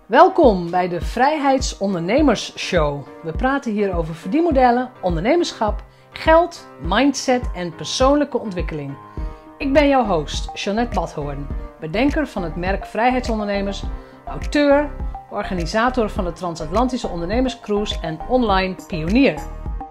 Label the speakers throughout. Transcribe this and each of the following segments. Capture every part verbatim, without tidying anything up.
Speaker 1: Welkom bij de Vrijheidsondernemers Show. We praten hier over verdienmodellen, ondernemerschap, geld, mindset en persoonlijke ontwikkeling. Ik ben jouw host, Jeanette Badhoorn, bedenker van het merk Vrijheidsondernemers, auteur, organisator van de Transatlantische Ondernemerscruise en online pionier.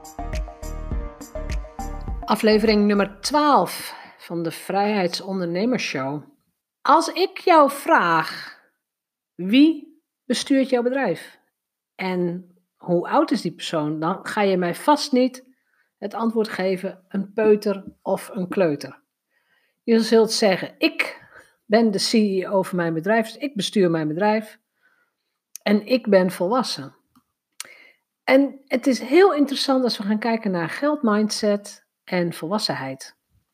Speaker 1: Aflevering nummer twaalf van de Vrijheidsondernemers Show. Als ik jou vraag, wie bestuurt jouw bedrijf? En hoe oud is die persoon? Dan ga je mij vast niet het antwoord geven, een peuter of een kleuter. Je zult zeggen, ik ben de C E O van mijn bedrijf, dus ik bestuur mijn bedrijf en ik ben volwassen. En het is heel interessant als we gaan kijken naar geldmindset en volwassenheid.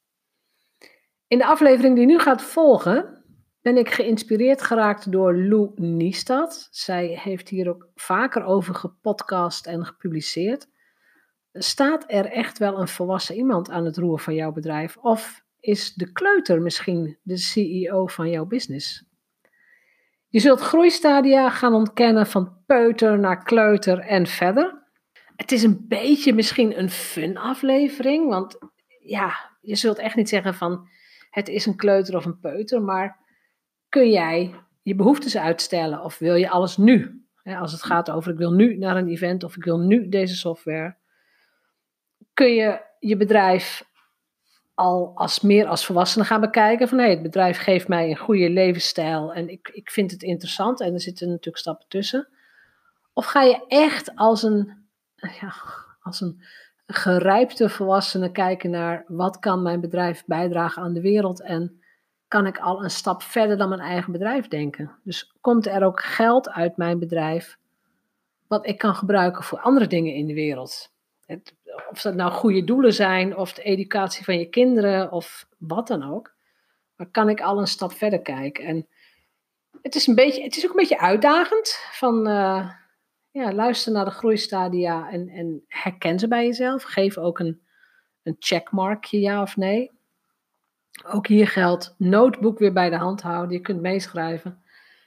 Speaker 1: In de aflevering die nu gaat volgen, ben ik geïnspireerd geraakt door Lou Niestad. Zij heeft hier ook vaker over gepodcast en gepubliceerd. Staat er echt wel een volwassen iemand aan het roer van jouw bedrijf? Of is de kleuter misschien de C E O van jouw business? Je zult groeistadia gaan ontkennen van peuter naar kleuter en verder. Het is een beetje misschien een fun aflevering, want ja, je zult echt niet zeggen van het is een kleuter of een peuter, maar kun jij je behoeftes uitstellen of wil je alles nu? Als het gaat over ik wil nu naar een event of ik wil nu deze software. Kun je je bedrijf al als meer als volwassene gaan bekijken van hé, het bedrijf geeft mij een goede levensstijl en ik, ik vind het interessant en er zitten natuurlijk stappen tussen. Of ga je echt als een, ja, als een gerijpte volwassene kijken naar wat kan mijn bedrijf bijdragen aan de wereld en kan ik al een stap verder dan mijn eigen bedrijf denken. Dus komt er ook geld uit mijn bedrijf wat ik kan gebruiken voor andere dingen in de wereld. Het, of dat nou goede doelen zijn of de educatie van je kinderen of wat dan ook. Maar kan ik al een stap verder kijken. En het is, een beetje, het is ook een beetje uitdagend van uh, ja, luister naar de groeistadia en, en herken ze bij jezelf. Geef ook een, een checkmarkje, ja of nee. Ook hier geldt, notebook weer bij de hand houden, je kunt meeschrijven.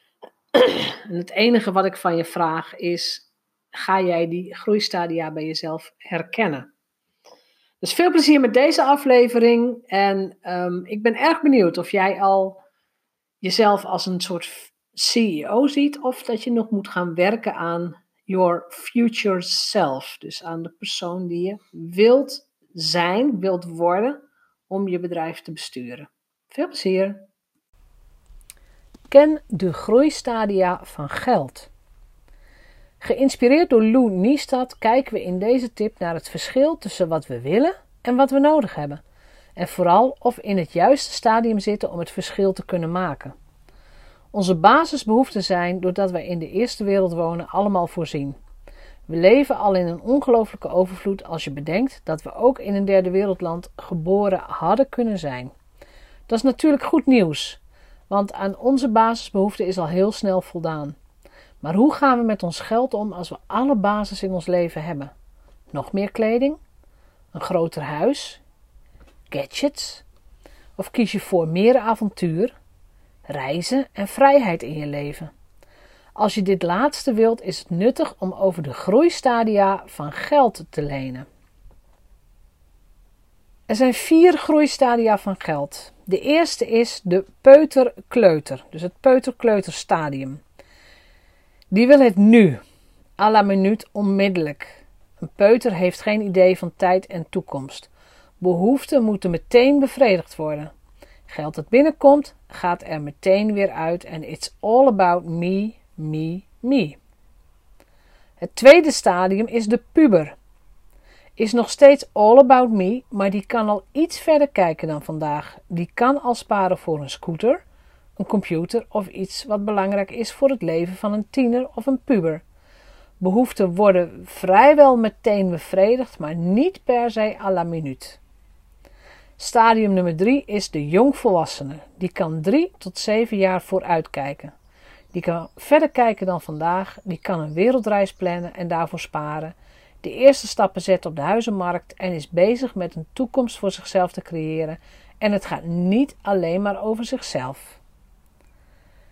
Speaker 1: En het enige wat ik van je vraag is, ga jij die groeistadia bij jezelf herkennen? Dus veel plezier met deze aflevering en um, ik ben erg benieuwd of jij al jezelf als een soort C E O ziet of dat je nog moet gaan werken aan your future self. Dus aan de persoon die je wilt zijn, wilt worden om je bedrijf te besturen. Veel plezier! Ken de groeistadia van geld. Geïnspireerd door Lou Niestad kijken we in deze tip naar het verschil tussen wat we willen en wat we nodig hebben. En vooral of we in het juiste stadium zitten om het verschil te kunnen maken. Onze basisbehoeften zijn, doordat wij in de eerste wereld wonen, allemaal voorzien. We leven al in een ongelooflijke overvloed als je bedenkt dat we ook in een derde wereldland geboren hadden kunnen zijn. Dat is natuurlijk goed nieuws, want aan onze basisbehoeften is al heel snel voldaan. Maar hoe gaan we met ons geld om als we alle basis in ons leven hebben? Nog meer kleding? Een groter huis? Gadgets? Of kies je voor meer avontuur, reizen en vrijheid in je leven? Als je dit laatste wilt, is het nuttig om over de groeistadia van geld te lenen. Er zijn vier groeistadia van geld. De eerste is de peuter-kleuter, dus het peuter-kleuter stadium. Die wil het nu, à la minuut, onmiddellijk. Een peuter heeft geen idee van tijd en toekomst. Behoeften moeten meteen bevredigd worden. Geld dat binnenkomt, gaat er meteen weer uit en it's all about me, me, me. Het tweede stadium is de puber. Is nog steeds all about me, maar die kan al iets verder kijken dan vandaag. Die kan al sparen voor een scooter, een computer of iets wat belangrijk is voor het leven van een tiener of een puber. Behoeften worden vrijwel meteen bevredigd, maar niet per se à la minuut. Stadium nummer drie is de jongvolwassene. Die kan drie tot zeven jaar vooruit kijken. Die kan verder kijken dan vandaag, die kan een wereldreis plannen en daarvoor sparen. De eerste stappen zetten op de huizenmarkt en is bezig met een toekomst voor zichzelf te creëren. En het gaat niet alleen maar over zichzelf.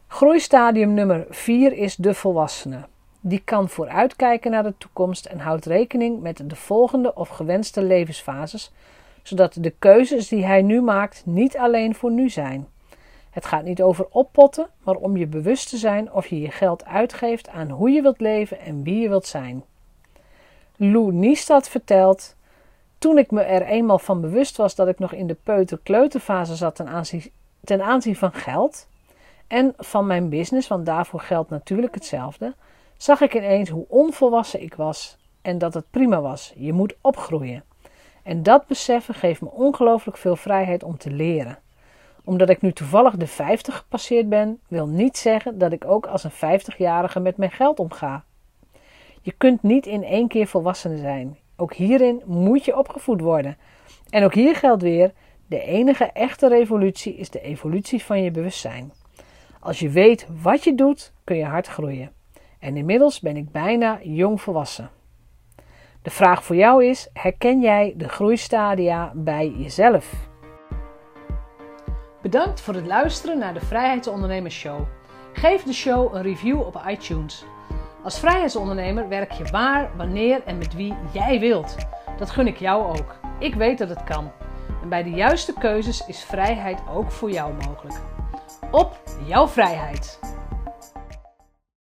Speaker 1: Groeistadium nummer vier is de volwassene. Die kan vooruitkijken naar de toekomst en houdt rekening met de volgende of gewenste levensfases, zodat de keuzes die hij nu maakt niet alleen voor nu zijn. Het gaat niet over oppotten, maar om je bewust te zijn of je je geld uitgeeft aan hoe je wilt leven en wie je wilt zijn. Lou Niestad vertelt: toen ik me er eenmaal van bewust was dat ik nog in de peuter-kleuterfase zat ten aanzien, ten aanzien van geld en van mijn business, want daarvoor geldt natuurlijk hetzelfde, zag ik ineens hoe onvolwassen ik was en dat het prima was. Je moet opgroeien. En dat beseffen geeft me ongelooflijk veel vrijheid om te leren. Omdat ik nu toevallig de vijftig gepasseerd ben, wil niet zeggen dat ik ook als een vijftigjarige met mijn geld omga. Je kunt niet in één keer volwassen zijn. Ook hierin moet je opgevoed worden. En ook hier geldt weer, de enige echte revolutie is de evolutie van je bewustzijn. Als je weet wat je doet, kun je hard groeien. En inmiddels ben ik bijna jong volwassen. De vraag voor jou is: herken jij de groeistadia bij jezelf? Bedankt voor het luisteren naar de Vrijheidsondernemers Show. Geef de show een review op iTunes. Als vrijheidsondernemer werk je waar, wanneer en met wie jij wilt. Dat gun ik jou ook. Ik weet dat het kan. En bij de juiste keuzes is vrijheid ook voor jou mogelijk. Op jouw vrijheid!